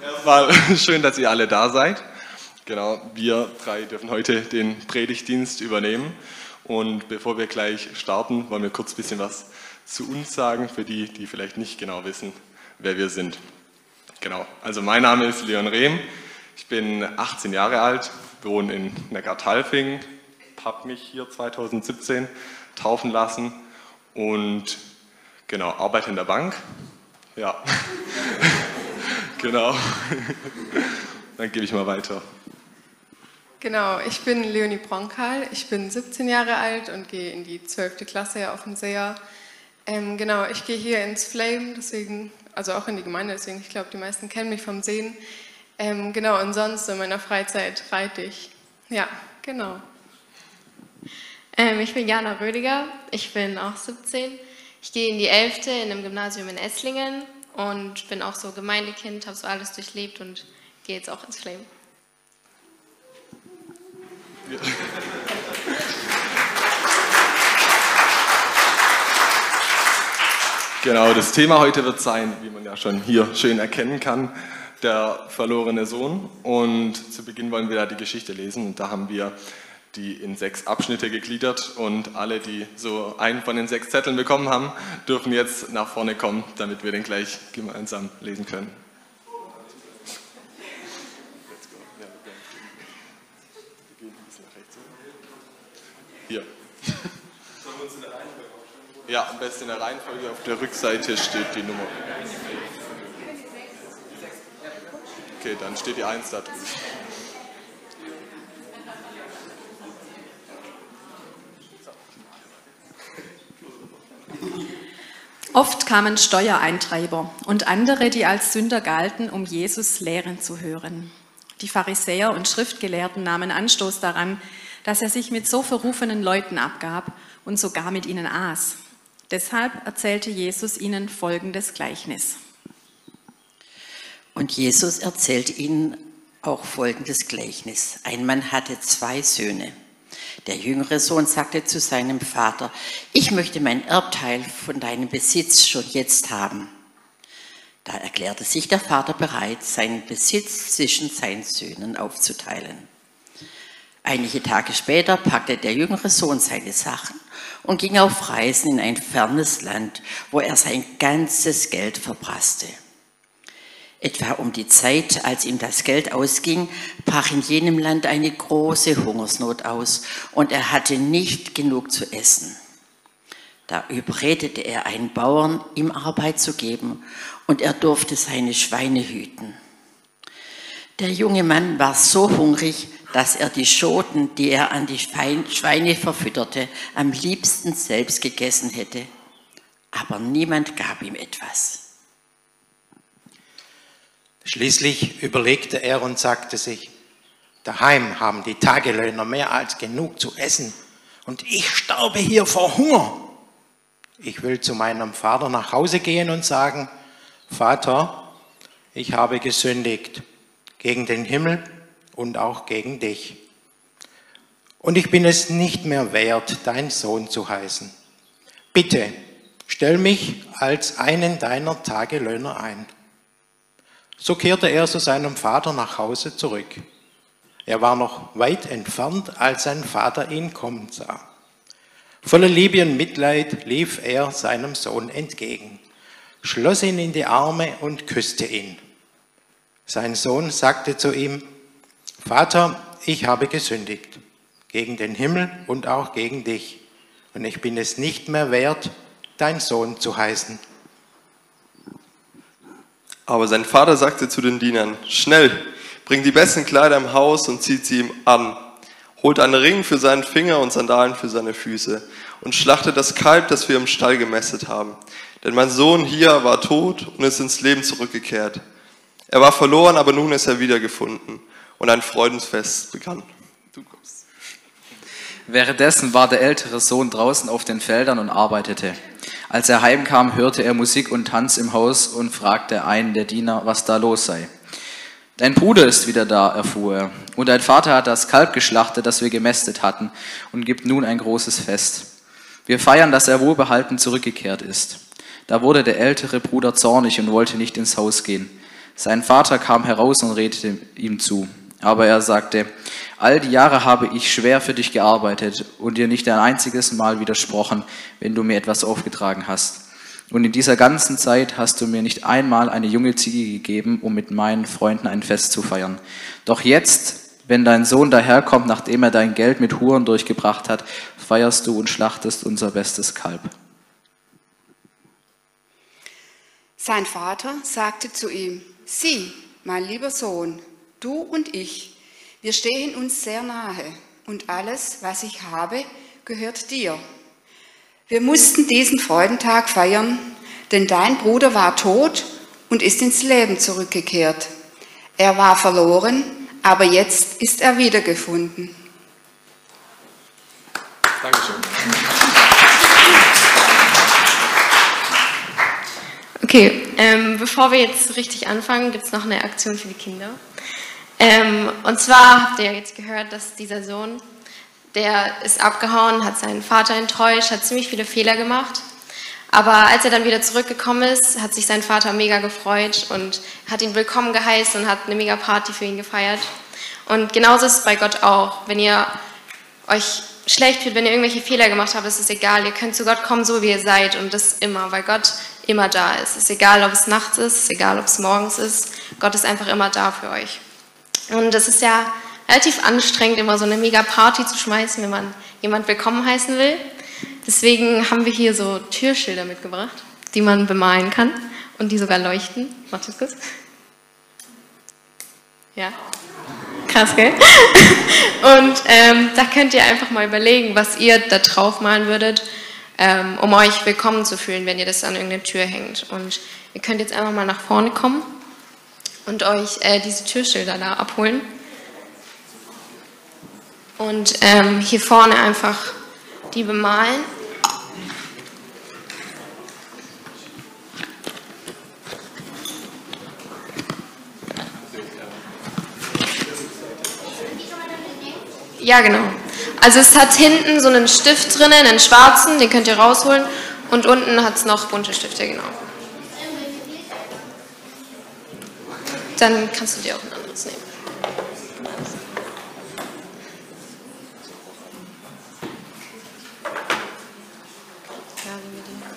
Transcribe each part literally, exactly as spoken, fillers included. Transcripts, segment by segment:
Erstmal schön, dass ihr alle da seid. Genau, wir drei dürfen heute den Predigtdienst übernehmen. Und bevor wir gleich starten, wollen wir kurz ein bisschen was zu uns sagen, für die, die vielleicht nicht genau wissen, wer wir sind. Genau, also mein Name ist Leon Rehm, ich bin achtzehn Jahre alt, wohne in Neckartalfing, habe mich hier zweitausendsiebzehn taufen lassen und genau, arbeite in der Bank. Ja, genau. Dann gebe ich mal weiter. Genau, ich bin Leonie Bronkal, ich bin siebzehn Jahre alt und gehe in die zwölfte Klasse auf dem Seher. Ähm, genau, ich gehe hier ins Flame, deswegen, also auch in die Gemeinde, deswegen, ich glaube, die meisten kennen mich vom Sehen. Ähm, genau, und sonst in meiner Freizeit reite ich. Ja, genau. Ähm, ich bin Jana Rödiger, ich bin auch siebzehn. Ich gehe in die elfte in einem Gymnasium in Esslingen und bin auch so Gemeindekind, habe so alles durchlebt und gehe jetzt auch ins Flame. Ja. Genau, das Thema heute wird sein, wie man ja schon hier schön erkennen kann, der verlorene Sohn. Und zu Beginn wollen wir da die Geschichte lesen und da haben wir die in sechs Abschnitte gegliedert und alle, die so einen von den sechs Zetteln bekommen haben, dürfen jetzt nach vorne kommen, damit wir den gleich gemeinsam lesen können. Hier. Ja, am besten in der Reihenfolge. Auf der Rückseite steht die Nummer. Okay, dann steht die eins da drüben. Oft kamen Steuereintreiber und andere, die als Sünder galten, um Jesus lehren zu hören. Die Pharisäer und Schriftgelehrten nahmen Anstoß daran, dass er sich mit so verrufenen Leuten abgab und sogar mit ihnen aß. Deshalb erzählte Jesus ihnen folgendes Gleichnis. Und Jesus erzählte ihnen auch folgendes Gleichnis. Ein Mann hatte zwei Söhne. Der jüngere Sohn sagte zu seinem Vater, ich möchte mein Erbteil von deinem Besitz schon jetzt haben. Da erklärte sich der Vater bereit, seinen Besitz zwischen seinen Söhnen aufzuteilen. Einige Tage später packte der jüngere Sohn seine Sachen und ging auf Reisen in ein fernes Land, wo er sein ganzes Geld verprasste. Etwa um die Zeit, als ihm das Geld ausging, brach in jenem Land eine große Hungersnot aus und er hatte nicht genug zu essen. Da überredete er einen Bauern, ihm Arbeit zu geben und er durfte seine Schweine hüten. Der junge Mann war so hungrig, dass er die Schoten, die er an die Schweine verfütterte, am liebsten selbst gegessen hätte. Aber niemand gab ihm etwas. Schließlich überlegte er und sagte sich, daheim haben die Tagelöhner mehr als genug zu essen und ich sterbe hier vor Hunger. Ich will zu meinem Vater nach Hause gehen und sagen, Vater, ich habe gesündigt gegen den Himmel und auch gegen dich. Und ich bin es nicht mehr wert, dein Sohn zu heißen. Bitte, stell mich als einen deiner Tagelöhner ein. So kehrte er zu seinem Vater nach Hause zurück. Er war noch weit entfernt, als sein Vater ihn kommen sah. Voller Liebe und Mitleid lief er seinem Sohn entgegen, schloss ihn in die Arme und küsste ihn. Sein Sohn sagte zu ihm, Vater, ich habe gesündigt, gegen den Himmel und auch gegen dich, und ich bin es nicht mehr wert, dein Sohn zu heißen. Aber sein Vater sagte zu den Dienern, schnell, bringt die besten Kleider im Haus und zieht sie ihm an. Holt einen Ring für seinen Finger und Sandalen für seine Füße und schlachtet das Kalb, das wir im Stall gemästet haben. Denn mein Sohn hier war tot und ist ins Leben zurückgekehrt. Er war verloren, aber nun ist er wiedergefunden. Und ein Freudenfest begann. Du kommst. Währenddessen war der ältere Sohn draußen auf den Feldern und arbeitete. Als er heimkam, hörte er Musik und Tanz im Haus und fragte einen der Diener, was da los sei. Dein Bruder ist wieder da, erfuhr er, und dein Vater hat das Kalb geschlachtet, das wir gemästet hatten, und gibt nun ein großes Fest. Wir feiern, dass er wohlbehalten zurückgekehrt ist. Da wurde der ältere Bruder zornig und wollte nicht ins Haus gehen. Sein Vater kam heraus und redete ihm zu. Aber er sagte, all die Jahre habe ich schwer für dich gearbeitet und dir nicht ein einziges Mal widersprochen, wenn du mir etwas aufgetragen hast. Und in dieser ganzen Zeit hast du mir nicht einmal eine junge Ziege gegeben, um mit meinen Freunden ein Fest zu feiern. Doch jetzt, wenn dein Sohn daherkommt, nachdem er dein Geld mit Huren durchgebracht hat, feierst du und schlachtest unser bestes Kalb. Sein Vater sagte zu ihm, sieh, mein lieber Sohn, du und ich, wir stehen uns sehr nahe und alles, was ich habe, gehört dir. Wir mussten diesen Freudentag feiern, denn dein Bruder war tot und ist ins Leben zurückgekehrt. Er war verloren, aber jetzt ist er wiedergefunden. Dankeschön. Okay, ähm, bevor wir jetzt richtig anfangen, gibt es noch eine Aktion für die Kinder. Ähm, und zwar habt ihr ja jetzt gehört, dass dieser Sohn, der ist abgehauen, hat seinen Vater enttäuscht, hat ziemlich viele Fehler gemacht. Aber als er dann wieder zurückgekommen ist, hat sich sein Vater mega gefreut und hat ihn willkommen geheißen und hat eine mega Party für ihn gefeiert. Und genauso ist es bei Gott auch. Wenn ihr euch schlecht fühlt, wenn ihr irgendwelche Fehler gemacht habt, ist es egal. Ihr könnt zu Gott kommen, so wie ihr seid, und das immer, weil Gott immer da ist. Es ist egal, ob es nachts ist, es ist egal, ob es morgens ist. Gott ist einfach immer da für euch. Und es ist ja relativ anstrengend, immer so eine mega Party zu schmeißen, wenn man jemand willkommen heißen will. Deswegen haben wir hier so Türschilder mitgebracht, die man bemalen kann und die sogar leuchten. Warte kurz. Ja. Krass, gell? Und ähm, da könnt ihr einfach mal überlegen, was ihr da drauf malen würdet, ähm, um euch willkommen zu fühlen, wenn ihr das an irgendeine Tür hängt. Und ihr könnt jetzt einfach mal nach vorne kommen und euch äh, diese Türschilder da abholen. Und ähm, hier vorne einfach die bemalen. Ja, genau. Also es hat hinten so einen Stift drinnen, einen schwarzen, den könnt ihr rausholen. Und unten hat es noch bunte Stifte, genau. Dann kannst du dir auch ein anderes nehmen. Ja, nehmen wir die.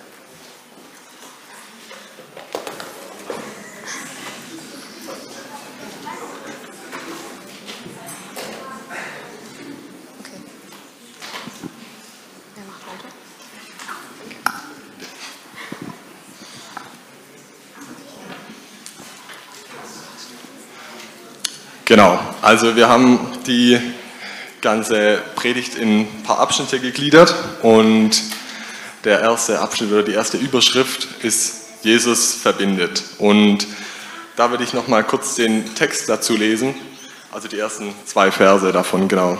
Genau, also wir haben die ganze Predigt in ein paar Abschnitte gegliedert und der erste Abschnitt oder die erste Überschrift ist Jesus verbindet. Und da würde ich noch mal kurz den Text dazu lesen, also die ersten zwei Verse davon, genau.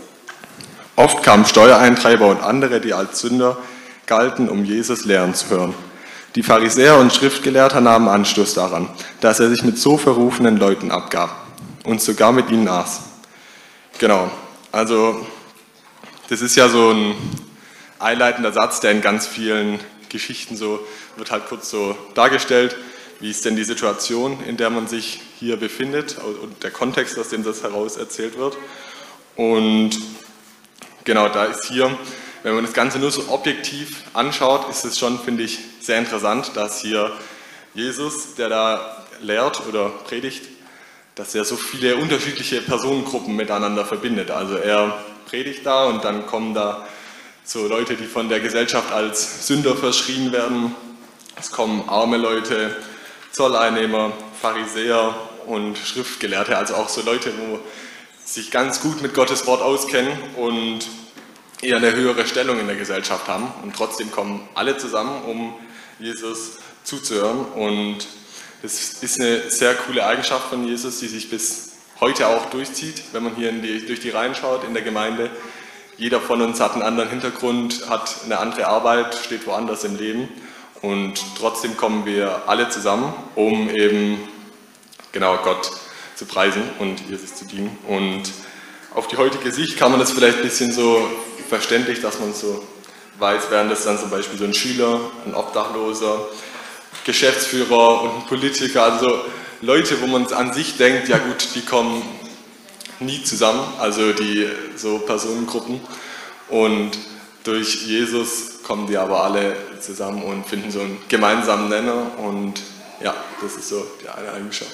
Oft kamen Steuereintreiber und andere, die als Sünder galten, um Jesus lehren zu hören. Die Pharisäer und Schriftgelehrter nahmen Anstoß daran, dass er sich mit so verrufenen Leuten abgab und sogar mit ihnen aß. Genau, also das ist ja so ein einleitender Satz, der in ganz vielen Geschichten so, wird halt kurz so dargestellt, wie ist denn die Situation, in der man sich hier befindet und der Kontext, aus dem das heraus erzählt wird. Und genau, da ist hier, wenn man das Ganze nur so objektiv anschaut, ist es schon, finde ich, sehr interessant, dass hier Jesus, der da lehrt oder predigt, dass er so viele unterschiedliche Personengruppen miteinander verbindet. Also er predigt da und dann kommen da so Leute, die von der Gesellschaft als Sünder verschrien werden. Es kommen arme Leute, Zolleinnehmer, Pharisäer und Schriftgelehrte, also auch so Leute, wo sich ganz gut mit Gottes Wort auskennen und eher eine höhere Stellung in der Gesellschaft haben. Und trotzdem kommen alle zusammen, um Jesus zuzuhören. Und das ist eine sehr coole Eigenschaft von Jesus, die sich bis heute auch durchzieht, wenn man hier in die, durch die Reihen schaut in der Gemeinde. Jeder von uns hat einen anderen Hintergrund, hat eine andere Arbeit, steht woanders im Leben und trotzdem kommen wir alle zusammen, um eben genau Gott zu preisen und Jesus zu dienen. Und auf die heutige Sicht kann man das vielleicht ein bisschen so verständlich, dass man so weiß, während das dann zum Beispiel so ein Schüler, ein Obdachloser, Geschäftsführer und ein Politiker, also Leute, wo man an sich denkt, ja gut, die kommen nie zusammen, also die so Personengruppen. Und durch Jesus kommen die aber alle zusammen und finden so einen gemeinsamen Nenner. Und ja, das ist so die eine Eigenschaft.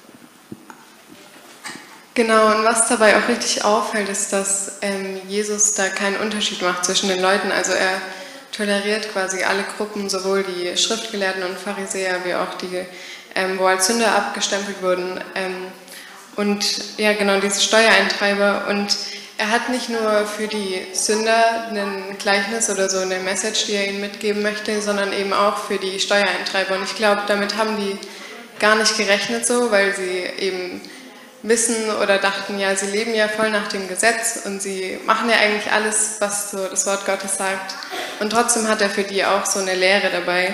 Genau, und was dabei auch richtig auffällt, ist, dass ähm, Jesus da keinen Unterschied macht zwischen den Leuten. Also er toleriert quasi alle Gruppen, sowohl die Schriftgelehrten und Pharisäer, wie auch die, ähm, wo als Sünder abgestempelt wurden. Ähm, und ja, genau, diese Steuereintreiber. Und er hat nicht nur für die Sünder ein Gleichnis oder so eine Message, die er ihnen mitgeben möchte, sondern eben auch für die Steuereintreiber. Und ich glaube, damit haben die gar nicht gerechnet so, weil sie eben wissen oder dachten, ja, sie leben ja voll nach dem Gesetz und sie machen ja eigentlich alles, was so das Wort Gottes sagt. Und trotzdem hat er für die auch so eine Lehre dabei.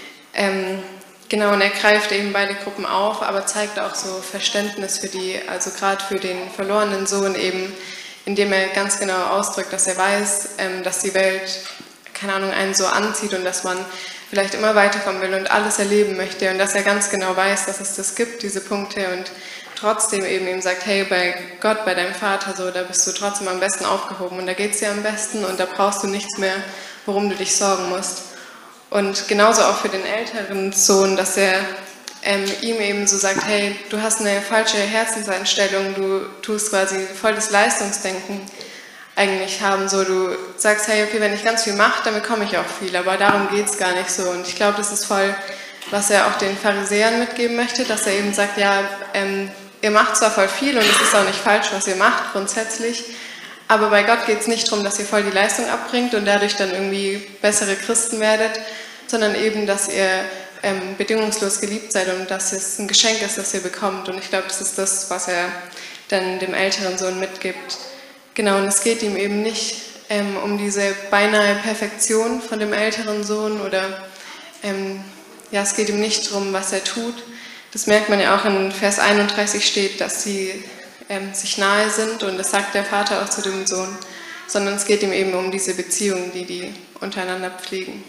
Ähm, genau, und er greift eben beide Gruppen auf, aber zeigt auch so Verständnis für die, also gerade für den verlorenen Sohn eben, indem er ganz genau ausdrückt, dass er weiß, ähm, dass die Welt, keine Ahnung, einen so anzieht und dass man vielleicht immer weiterkommen will und alles erleben möchte und dass er ganz genau weiß, dass es das gibt, diese Punkte, und trotzdem eben ihm sagt, hey, bei Gott, bei deinem Vater, so, da bist du trotzdem am besten aufgehoben und da geht es dir am besten und da brauchst du nichts mehr, worum du dich sorgen musst. Und genauso auch für den älteren Sohn, dass er ähm, ihm eben so sagt, hey, du hast eine falsche Herzenseinstellung, du tust quasi voll das Leistungsdenken eigentlich haben, so, du sagst, hey, okay, wenn ich ganz viel mache, dann bekomme ich auch viel, aber darum geht es gar nicht so. Und ich glaube, das ist voll, was er auch den Pharisäern mitgeben möchte, dass er eben sagt, ja, ähm, ihr macht zwar voll viel und es ist auch nicht falsch, was ihr macht grundsätzlich, aber bei Gott geht es nicht darum, dass ihr voll die Leistung abbringt und dadurch dann irgendwie bessere Christen werdet, sondern eben, dass ihr ähm, bedingungslos geliebt seid und dass es ein Geschenk ist, das ihr bekommt. Und ich glaube, das ist das, was er dann dem älteren Sohn mitgibt. Genau, und es geht ihm eben nicht ähm, um diese beinahe Perfektion von dem älteren Sohn oder ähm, ja, es geht ihm nicht darum, was er tut. Das merkt man ja auch in Vers einunddreißig steht, dass sie ähm, sich nahe sind und das sagt der Vater auch zu dem Sohn, sondern es geht ihm eben um diese Beziehungen, die die untereinander pflegen.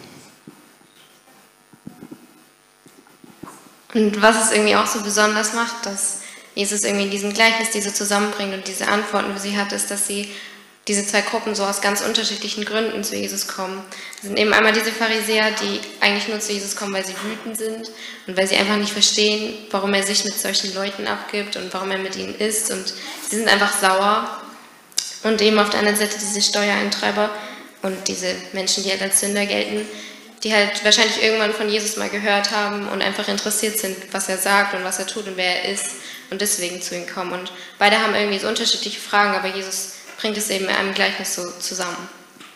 Und was es irgendwie auch so besonders macht, dass Jesus irgendwie in diesem Gleichnis diese zusammenbringt und diese Antworten für sie hat, ist, dass sie diese zwei Gruppen so aus ganz unterschiedlichen Gründen zu Jesus kommen. Es sind eben einmal diese Pharisäer, die eigentlich nur zu Jesus kommen, weil sie wütend sind und weil sie einfach nicht verstehen, warum er sich mit solchen Leuten abgibt und warum er mit ihnen isst, und sie sind einfach sauer. Und eben auf der anderen Seite diese Steuereintreiber und diese Menschen, die halt als Sünder gelten, die halt wahrscheinlich irgendwann von Jesus mal gehört haben und einfach interessiert sind, was er sagt und was er tut und wer er ist und deswegen zu ihm kommen. Und beide haben irgendwie so unterschiedliche Fragen, aber Jesus bringt es eben in einem Gleichnis so zusammen.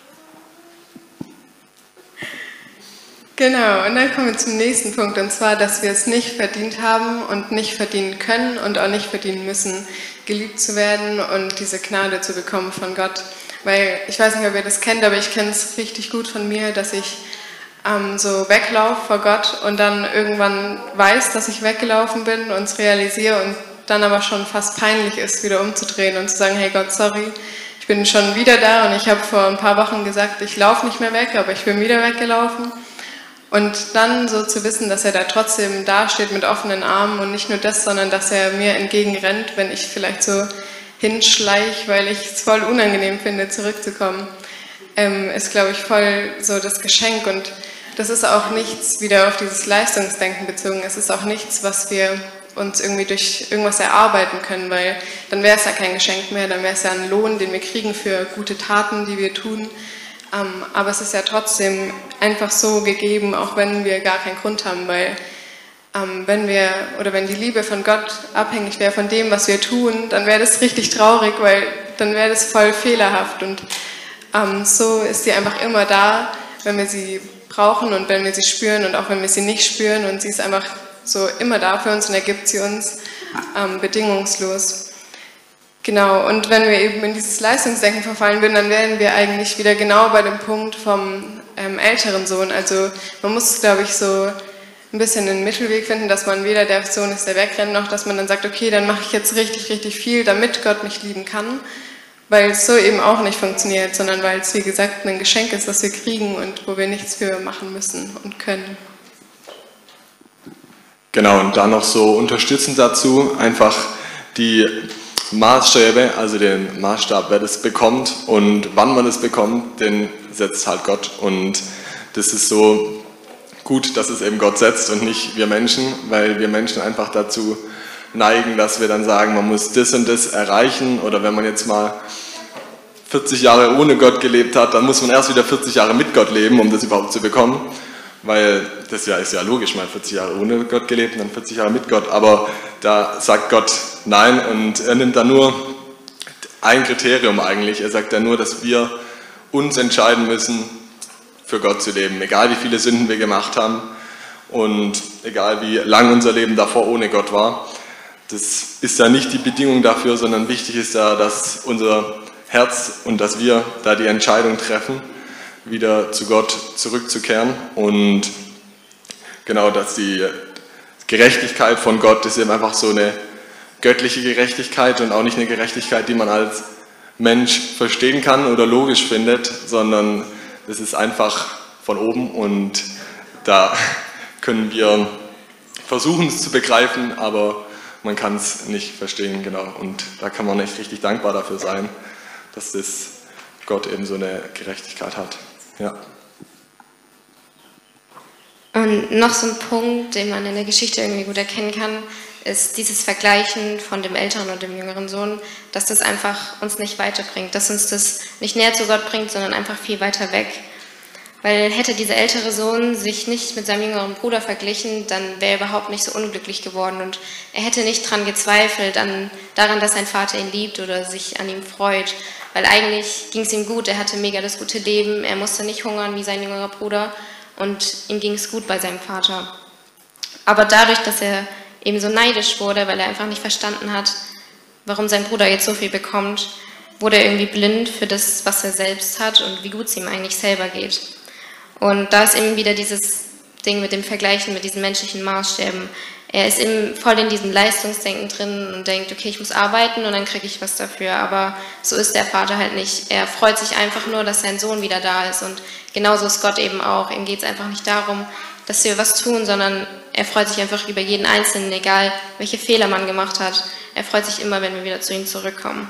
Genau, und dann kommen wir zum nächsten Punkt, und zwar, dass wir es nicht verdient haben und nicht verdienen können und auch nicht verdienen müssen, geliebt zu werden und diese Gnade zu bekommen von Gott. Weil, ich weiß nicht, ob ihr das kennt, aber ich kenne es richtig gut von mir, dass ich ähm, so weglaufe vor Gott und dann irgendwann weiß, dass ich weggelaufen bin und es realisiere und dann aber schon fast peinlich ist, wieder umzudrehen und zu sagen, hey Gott, sorry, ich bin schon wieder da und ich habe vor ein paar Wochen gesagt, ich laufe nicht mehr weg, aber ich bin wieder weggelaufen. Und dann so zu wissen, dass er da trotzdem dasteht mit offenen Armen und nicht nur das, sondern dass er mir entgegenrennt, wenn ich vielleicht so hinschleich, weil ich es voll unangenehm finde, zurückzukommen, ähm, ist, glaube ich, voll so das Geschenk. Und das ist auch nichts wieder auf dieses Leistungsdenken bezogen. Es ist auch nichts, was wir uns irgendwie durch irgendwas erarbeiten können, weil dann wäre es ja kein Geschenk mehr, dann wäre es ja ein Lohn, den wir kriegen für gute Taten, die wir tun. Ähm, aber es ist ja trotzdem einfach so gegeben, auch wenn wir gar keinen Grund haben, weil ähm, wenn wir oder wenn die Liebe von Gott abhängig wäre von dem, was wir tun, dann wäre das richtig traurig, weil dann wäre das voll fehlerhaft. Und ähm, so ist sie einfach immer da, wenn wir sie brauchen und wenn wir sie spüren und auch wenn wir sie nicht spüren, und sie ist einfach so immer da für uns und er gibt sie uns ähm, bedingungslos. Genau, und wenn wir eben in dieses Leistungsdenken verfallen würden, dann wären wir eigentlich wieder genau bei dem Punkt vom ähm, älteren Sohn. Also man muss, glaube ich, so ein bisschen einen Mittelweg finden, dass man weder der Sohn ist, der wegrennt, noch dass man dann sagt, okay, dann mache ich jetzt richtig, richtig viel, damit Gott mich lieben kann, weil es so eben auch nicht funktioniert, sondern weil es, wie gesagt, ein Geschenk ist, das wir kriegen und wo wir nichts für machen müssen und können. Genau, und dann noch so unterstützend dazu einfach die Maßstäbe, also den Maßstab, wer das bekommt und wann man es bekommt, den setzt halt Gott. Und das ist so gut, dass es eben Gott setzt und nicht wir Menschen, weil wir Menschen einfach dazu neigen, dass wir dann sagen, man muss das und das erreichen, oder wenn man jetzt mal vierzig Jahre ohne Gott gelebt hat, dann muss man erst wieder vierzig Jahre mit Gott leben, um das überhaupt zu bekommen. Weil das ja ist ja logisch, mal vierzig Jahre ohne Gott gelebt und dann vierzig Jahre mit Gott. Aber da sagt Gott nein, und er nimmt da nur ein Kriterium eigentlich. Er sagt ja nur, dass wir uns entscheiden müssen, für Gott zu leben. Egal wie viele Sünden wir gemacht haben und egal wie lang unser Leben davor ohne Gott war. Das ist ja nicht die Bedingung dafür, sondern wichtig ist ja, dass unser Herz und dass wir da die Entscheidung treffen, wieder zu Gott zurückzukehren, und genau, dass die Gerechtigkeit von Gott ist eben einfach so eine göttliche Gerechtigkeit und auch nicht eine Gerechtigkeit, die man als Mensch verstehen kann oder logisch findet, sondern das ist einfach von oben, und da können wir versuchen es zu begreifen, aber man kann es nicht verstehen, genau, und da kann man echt richtig dankbar dafür sein, dass das Gott eben so eine Gerechtigkeit hat. Ja. Und noch so ein Punkt, den man in der Geschichte irgendwie gut erkennen kann, ist dieses Vergleichen von dem älteren und dem jüngeren Sohn, dass das einfach uns nicht weiterbringt, dass uns das nicht näher zu Gott bringt, sondern einfach viel weiter weg. Weil hätte dieser ältere Sohn sich nicht mit seinem jüngeren Bruder verglichen, dann wäre er überhaupt nicht so unglücklich geworden, und er hätte nicht daran gezweifelt, an, daran, dass sein Vater ihn liebt oder sich an ihm freut. Weil eigentlich ging es ihm gut, er hatte mega das gute Leben, er musste nicht hungern wie sein jüngerer Bruder, und ihm ging es gut bei seinem Vater. Aber dadurch, dass er eben so neidisch wurde, weil er einfach nicht verstanden hat, warum sein Bruder jetzt so viel bekommt, wurde er irgendwie blind für das, was er selbst hat und wie gut es ihm eigentlich selber geht. Und da ist eben wieder dieses Ding mit dem Vergleichen mit diesen menschlichen Maßstäben. Er ist eben voll in diesem Leistungsdenken drin und denkt, okay, ich muss arbeiten und dann kriege ich was dafür. Aber so ist der Vater halt nicht. Er freut sich einfach nur, dass sein Sohn wieder da ist. Und genauso ist Gott eben auch. Ihm geht es einfach nicht darum, dass wir was tun, sondern er freut sich einfach über jeden Einzelnen, egal welche Fehler man gemacht hat. Er freut sich immer, wenn wir wieder zu ihm zurückkommen.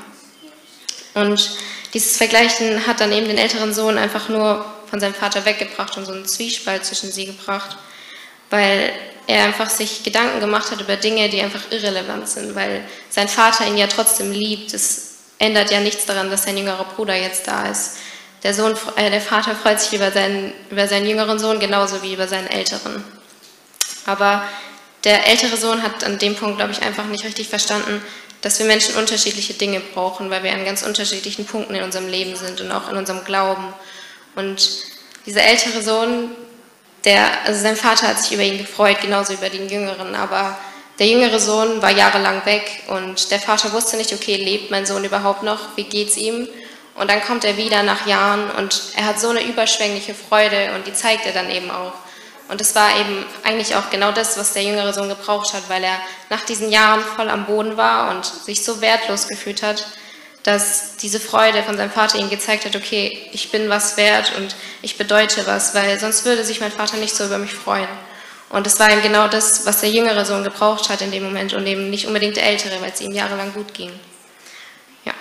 Und dieses Vergleichen hat dann eben den älteren Sohn einfach nur von seinem Vater weggebracht und so einen Zwiespalt zwischen sie gebracht, weil er einfach sich Gedanken gemacht hat über Dinge, die einfach irrelevant sind, weil sein Vater ihn ja trotzdem liebt. Es ändert ja nichts daran, dass sein jüngerer Bruder jetzt da ist. Der, Sohn, äh, der Vater freut sich über seinen, über seinen jüngeren Sohn genauso wie über seinen älteren. Aber der ältere Sohn hat an dem Punkt, glaube ich, einfach nicht richtig verstanden, dass wir Menschen unterschiedliche Dinge brauchen, weil wir an ganz unterschiedlichen Punkten in unserem Leben sind und auch in unserem Glauben. Und dieser ältere Sohn, der, also sein Vater hat sich über ihn gefreut, genauso über den Jüngeren, aber der jüngere Sohn war jahrelang weg und der Vater wusste nicht, okay, lebt mein Sohn überhaupt noch, wie geht's ihm? Und dann kommt er wieder nach Jahren und er hat so eine überschwängliche Freude und die zeigt er dann eben auch. Und das war eben eigentlich auch genau das, was der jüngere Sohn gebraucht hat, weil er nach diesen Jahren voll am Boden war und sich so wertlos gefühlt hat, dass diese Freude von seinem Vater ihm gezeigt hat, okay, ich bin was wert und ich bedeute was, weil sonst würde sich mein Vater nicht so über mich freuen. Und es war eben genau das, was der jüngere Sohn gebraucht hat in dem Moment und eben nicht unbedingt der ältere, weil es ihm jahrelang gut ging. Ja.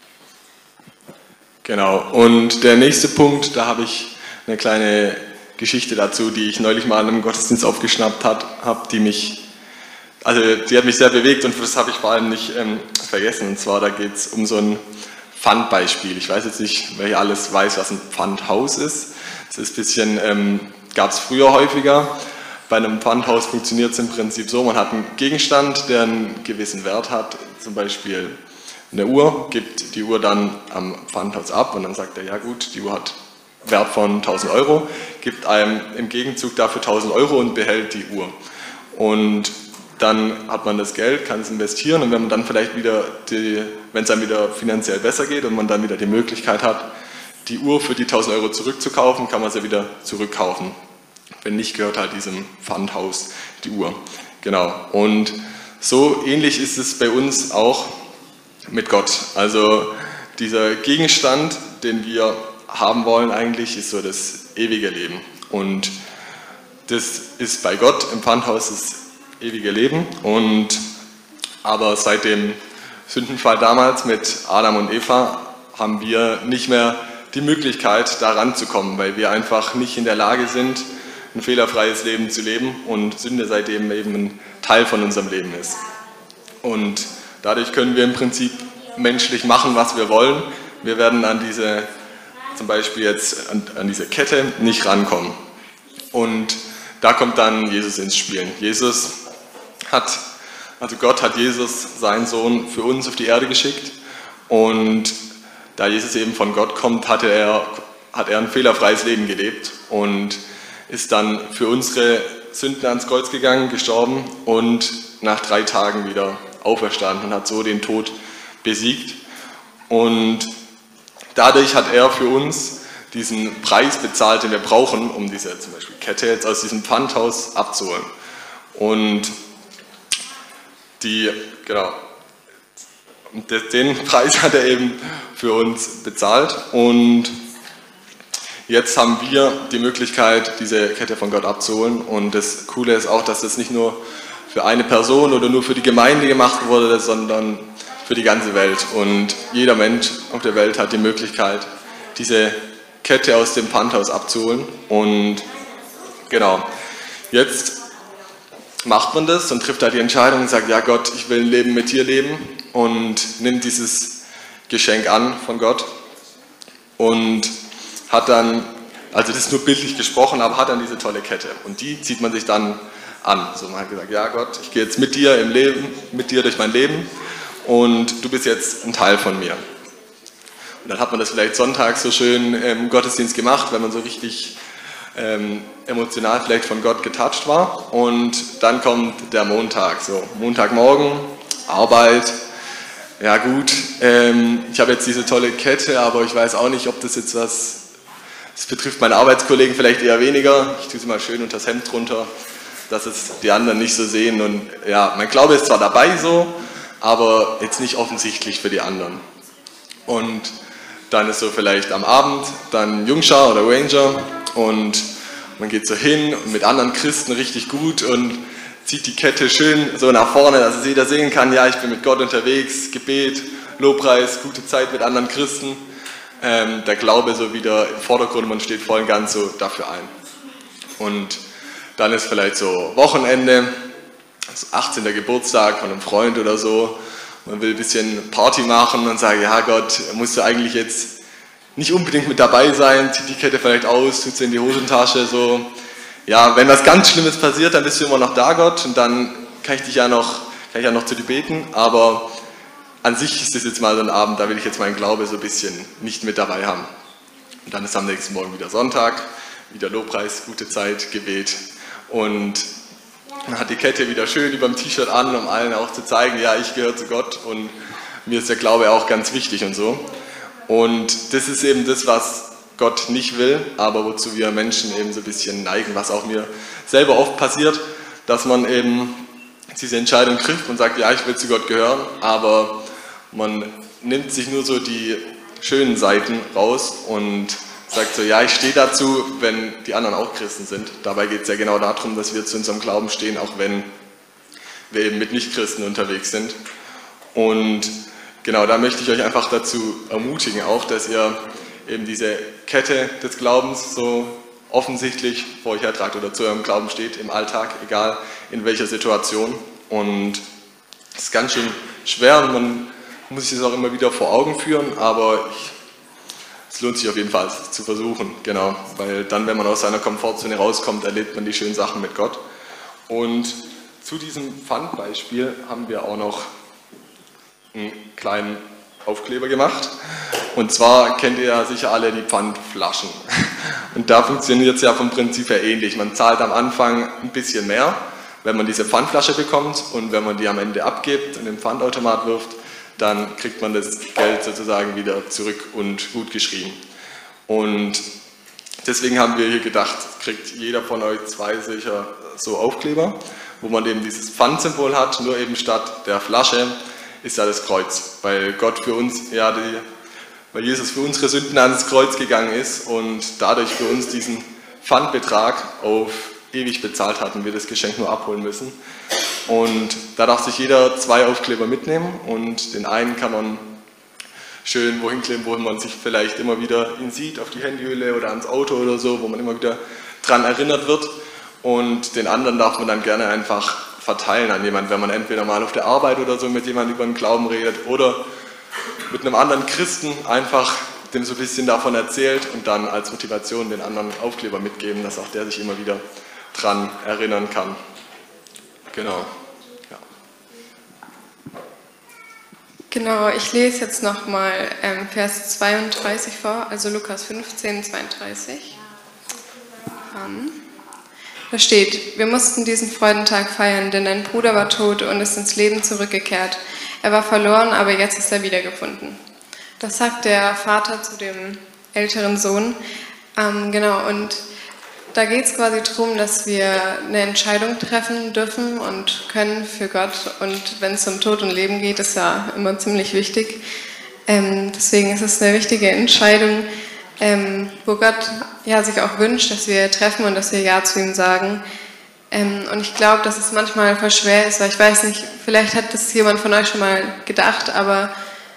Genau, und der nächste Punkt, da habe ich eine kleine Geschichte dazu, die ich neulich mal in einem Gottesdienst aufgeschnappt habe, die mich, also die hat mich sehr bewegt und das habe ich vor allem nicht ähm, vergessen. Und zwar, da geht es um so ein Pfandbeispiel. Ich weiß jetzt nicht, wer hier alles weiß, was ein Pfandhaus ist. Das ist ein bisschen, ähm, gab es früher häufiger. Bei einem Pfandhaus funktioniert es im Prinzip so, man hat einen Gegenstand, der einen gewissen Wert hat, zum Beispiel eine Uhr, gibt die Uhr dann am Pfandhaus ab und dann sagt er, ja gut, die Uhr hat Wert von tausend Euro, gibt einem im Gegenzug dafür tausend Euro und behält die Uhr. Und dann hat man das Geld, kann es investieren und wenn man dann vielleicht wieder, die, wenn es dann wieder finanziell besser geht und man dann wieder die Möglichkeit hat, die Uhr für die tausend Euro zurückzukaufen, kann man sie wieder zurückkaufen. Wenn nicht, gehört halt diesem Pfandhaus die Uhr. Genau. Und so ähnlich ist es bei uns auch mit Gott. Also dieser Gegenstand, den wir haben wollen eigentlich, ist so das ewige Leben. Und das ist bei Gott im Pfandhaus das ewige Leben. Und, aber seit dem Sündenfall damals mit Adam und Eva haben wir nicht mehr die Möglichkeit, da ranzukommen, weil wir einfach nicht in der Lage sind, ein fehlerfreies Leben zu leben und Sünde seitdem eben ein Teil von unserem Leben ist. Und dadurch können wir im Prinzip menschlich machen, was wir wollen. Wir werden an diese, zum Beispiel jetzt an, an diese Kette nicht rankommen. Und da kommt dann Jesus ins Spiel. Jesus hat, also Gott hat Jesus, seinen Sohn, für uns auf die Erde geschickt. Und da Jesus eben von Gott kommt, hatte er, hat er ein fehlerfreies Leben gelebt und ist dann für unsere Sünden ans Kreuz gegangen, gestorben und nach drei Tagen wieder auferstanden und hat so den Tod besiegt. Und dadurch hat er für uns diesen Preis bezahlt, den wir brauchen, um diese zum Beispiel Kette jetzt aus diesem Pfandhaus abzuholen. Und die, genau, den Preis hat er eben für uns bezahlt und jetzt haben wir die Möglichkeit, diese Kette von Gott abzuholen. Und das Coole ist auch, dass das nicht nur für eine Person oder nur für die Gemeinde gemacht wurde, sondern für die ganze Welt. Und jeder Mensch auf der Welt hat die Möglichkeit, diese Kette aus dem Pfandhaus abzuholen. Und genau, jetzt macht man das und trifft da die Entscheidung und sagt, ja Gott, ich will ein Leben mit dir leben und nimmt dieses Geschenk an von Gott und hat dann, also das ist nur bildlich gesprochen, aber hat dann diese tolle Kette und die zieht man sich dann an. So, man hat gesagt, ja Gott, ich gehe jetzt mit dir im Leben, mit dir durch mein Leben und du bist jetzt ein Teil von mir. Und dann hat man das vielleicht sonntags so schön im Gottesdienst gemacht, wenn man so richtig ähm, emotional vielleicht von Gott getoucht war. Und dann kommt der Montag, so Montagmorgen, Arbeit. Ja gut, ähm, ich habe jetzt diese tolle Kette, aber ich weiß auch nicht, ob das jetzt was, das betrifft meine Arbeitskollegen vielleicht eher weniger. Ich tue sie mal schön unter das Hemd drunter, dass es die anderen nicht so sehen. Und ja, mein Glaube ist zwar dabei so, aber jetzt nicht offensichtlich für die anderen. Und dann ist so vielleicht am Abend dann Jungschar oder Ranger und man geht so hin und mit anderen Christen richtig gut und zieht die Kette schön so nach vorne, dass es jeder sehen kann, ja, ich bin mit Gott unterwegs, Gebet, Lobpreis, gute Zeit mit anderen Christen. Ähm, der Glaube so wieder im Vordergrund, man steht voll und ganz so dafür ein. Und dann ist vielleicht so Wochenende, also achtzehnter Geburtstag von einem Freund oder so. Man will ein bisschen Party machen und sagt, ja Gott, musst du eigentlich jetzt nicht unbedingt mit dabei sein, zieht die Kette vielleicht aus, tut sie in die Hosentasche, so. Ja, wenn was ganz Schlimmes passiert, dann bist du immer noch da, Gott, und dann kann ich dich ja noch, kann ich ja noch zu dir beten, aber an sich ist das jetzt mal so ein Abend, da will ich jetzt meinen Glaube so ein bisschen nicht mit dabei haben. Und dann ist am nächsten Morgen wieder Sonntag, wieder Lobpreis, gute Zeit, Gebet und man hat die Kette wieder schön über dem T-Shirt an, um allen auch zu zeigen, ja, ich gehöre zu Gott und mir ist der Glaube auch ganz wichtig und so. Und das ist eben das, was Gott nicht will, aber wozu wir Menschen eben so ein bisschen neigen, was auch mir selber oft passiert, dass man eben diese Entscheidung trifft und sagt, ja, ich will zu Gott gehören, aber man nimmt sich nur so die schönen Seiten raus und sagt so, ja, ich stehe dazu, wenn die anderen auch Christen sind. Dabei geht es ja genau darum, dass wir zu unserem Glauben stehen, auch wenn wir eben mit Nichtchristen unterwegs sind. Und genau, da möchte ich euch einfach dazu ermutigen, auch, dass ihr eben diese Kette des Glaubens so offensichtlich vor euch hertragt oder zu eurem Glauben steht im Alltag, egal in welcher Situation. Und es ist ganz schön schwer und man muss sich das auch immer wieder vor Augen führen, aber ich, es lohnt sich auf jeden Fall zu versuchen, genau, weil dann, wenn man aus seiner Komfortzone rauskommt, erlebt man die schönen Sachen mit Gott. Und zu diesem Pfandbeispiel haben wir auch noch einen kleinen Aufkleber gemacht. Und zwar kennt ihr ja sicher alle die Pfandflaschen. Und da funktioniert es ja vom Prinzip her ähnlich. Man zahlt am Anfang ein bisschen mehr, wenn man diese Pfandflasche bekommt und wenn man die am Ende abgibt und den Pfandautomat wirft, dann kriegt man das Geld sozusagen wieder zurück und gut geschrieben. Und deswegen haben wir hier gedacht, kriegt jeder von euch zwei sicher so Aufkleber, wo man eben dieses Pfandsymbol hat, nur eben statt der Flasche ist ja das Kreuz, weil Gott für uns, ja, die, weil Jesus für unsere Sünden ans Kreuz gegangen ist und dadurch für uns diesen Pfandbetrag auf ewig bezahlt hat und wir das Geschenk nur abholen müssen. Und da darf sich jeder zwei Aufkleber mitnehmen und den einen kann man schön wohin kleben, wo man sich vielleicht immer wieder ihn sieht, auf die Handyhülle oder ans Auto oder so, wo man immer wieder dran erinnert wird. Und den anderen darf man dann gerne einfach verteilen an jemanden, wenn man entweder mal auf der Arbeit oder so mit jemandem über den Glauben redet oder mit einem anderen Christen einfach dem so ein bisschen davon erzählt und dann als Motivation den anderen Aufkleber mitgeben, dass auch der sich immer wieder dran erinnern kann. Genau. Ja. Genau, ich lese jetzt nochmal ähm, Vers zweiunddreißig vor, also Lukas fünfzehn, zweiunddreißig. Ähm, da steht: Wir mussten diesen Freudentag feiern, denn dein Bruder war tot und ist ins Leben zurückgekehrt. Er war verloren, aber jetzt ist er wiedergefunden. Das sagt der Vater zu dem älteren Sohn. Ähm, genau, und da geht es quasi darum, dass wir eine Entscheidung treffen dürfen und können für Gott. Und wenn es um Tod und Leben geht, ist ja immer ziemlich wichtig. Ähm, deswegen ist es eine wichtige Entscheidung, ähm, wo Gott ja, sich auch wünscht, dass wir treffen und dass wir Ja zu ihm sagen. Ähm, und ich glaube, dass es manchmal voll schwer ist, weil ich weiß nicht, vielleicht hat das jemand von euch schon mal gedacht, aber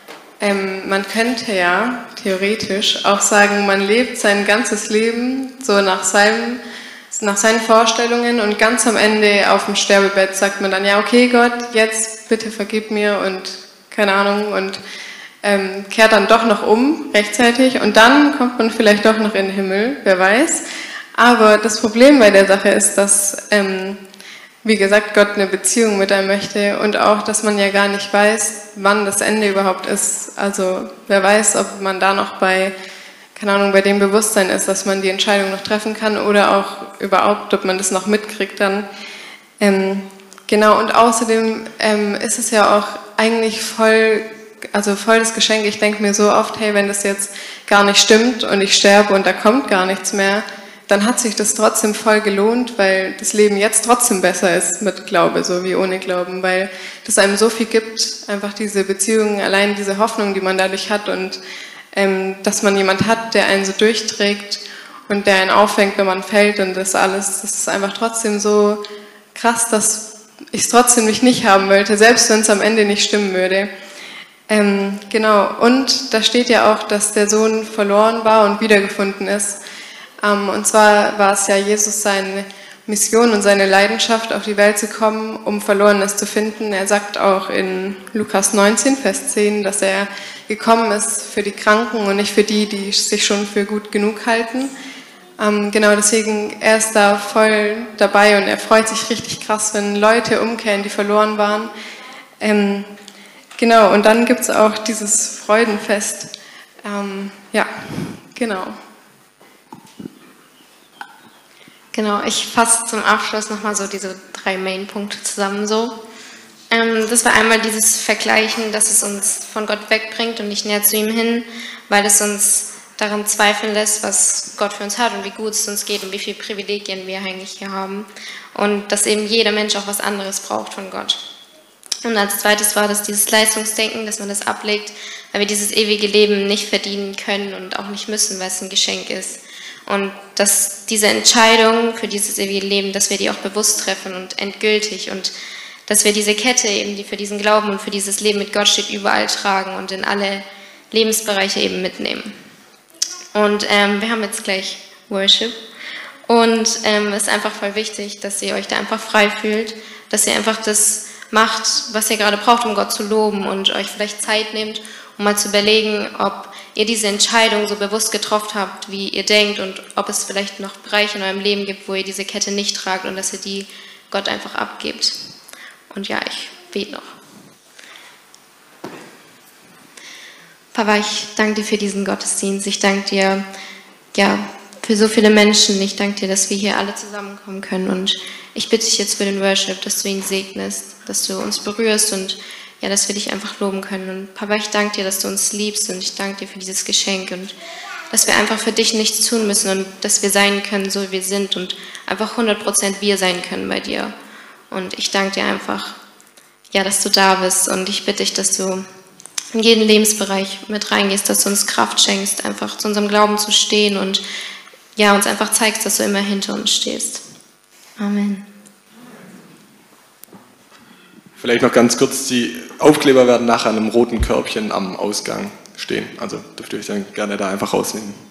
ähm, man könnte ja theoretisch auch sagen, man lebt sein ganzes Leben so nach, seinem, nach seinen Vorstellungen und ganz am Ende auf dem Sterbebett sagt man dann, ja okay Gott, jetzt bitte vergib mir und keine Ahnung und ähm, kehrt dann doch noch um rechtzeitig und dann kommt man vielleicht doch noch in den Himmel, wer weiß. Aber das Problem bei der Sache ist, dass, ähm, wie gesagt, Gott eine Beziehung mit einem möchte und auch, dass man ja gar nicht weiß, wann das Ende überhaupt ist. Also wer weiß, ob man da noch bei, keine Ahnung, bei dem Bewusstsein ist, dass man die Entscheidung noch treffen kann oder auch überhaupt, ob man das noch mitkriegt dann. Ähm, genau, und außerdem ähm, ist es ja auch eigentlich voll, also voll das Geschenk. Ich denke mir so oft, hey, wenn das jetzt gar nicht stimmt und ich sterbe und da kommt gar nichts mehr, dann hat sich das trotzdem voll gelohnt, weil das Leben jetzt trotzdem besser ist mit Glaube, so wie ohne Glauben, weil das einem so viel gibt, einfach diese Beziehungen, allein diese Hoffnung, die man dadurch hat und ähm, dass man jemand hat, der einen so durchträgt und der einen auffängt, wenn man fällt und das alles, das ist einfach trotzdem so krass, dass ich es trotzdem nicht, nicht haben wollte, selbst wenn es am Ende nicht stimmen würde. Ähm, genau, und da steht ja auch, dass der Sohn verloren war und wiedergefunden ist. Und zwar war es ja Jesus seine Mission und seine Leidenschaft, auf die Welt zu kommen, um Verlorenes zu finden. Er sagt auch in Lukas neunzehn, Vers zehn, dass er gekommen ist für die Kranken und nicht für die, die sich schon für gut genug halten. Genau, deswegen, er ist da voll dabei und er freut sich richtig krass, wenn Leute umkehren, die verloren waren. Genau, und dann gibt es auch dieses Freudenfest. Ja, genau. Genau, ich fasse zum Abschluss nochmal so diese drei Main-Punkte zusammen so. Ähm, das war einmal dieses Vergleichen, dass es uns von Gott wegbringt und nicht näher zu ihm hin, weil es uns daran zweifeln lässt, was Gott für uns hat und wie gut es uns geht und wie viele Privilegien wir eigentlich hier haben. Und dass eben jeder Mensch auch was anderes braucht von Gott. Und als zweites war das dieses Leistungsdenken, dass man das ablegt, weil wir dieses ewige Leben nicht verdienen können und auch nicht müssen, weil es ein Geschenk ist. Und dass diese Entscheidung für dieses ewige Leben, dass wir die auch bewusst treffen und endgültig und dass wir diese Kette eben, die für diesen Glauben und für dieses Leben mit Gott steht, überall tragen und in alle Lebensbereiche eben mitnehmen. Und ähm, wir haben jetzt gleich Worship und ähm, es ist einfach voll wichtig, dass ihr euch da einfach frei fühlt, dass ihr einfach das macht, was ihr gerade braucht, um Gott zu loben und euch vielleicht Zeit nehmt, um mal zu überlegen, ob ihr diese Entscheidung so bewusst getroffen habt, wie ihr denkt und ob es vielleicht noch Bereiche in eurem Leben gibt, wo ihr diese Kette nicht tragt und dass ihr die Gott einfach abgebt. Und ja, ich bete noch. Papa, ich danke dir für diesen Gottesdienst. Ich danke dir ja, für so viele Menschen. Ich danke dir, dass wir hier alle zusammenkommen können. Und ich bitte dich jetzt für den Worship, dass du ihn segnest, dass du uns berührst und ja, dass wir dich einfach loben können. Und Papa, ich danke dir, dass du uns liebst und ich danke dir für dieses Geschenk und dass wir einfach für dich nichts tun müssen und dass wir sein können, so wie wir sind und einfach hundert Prozent wir sein können bei dir. Und ich danke dir einfach, ja, dass du da bist und ich bitte dich, dass du in jeden Lebensbereich mit reingehst, dass du uns Kraft schenkst, einfach zu unserem Glauben zu stehen und ja, uns einfach zeigst, dass du immer hinter uns stehst. Amen. Vielleicht noch ganz kurz, die Aufkleber werden nachher an einem roten Körbchen am Ausgang stehen. Also dürft ihr euch dann gerne da einfach rausnehmen.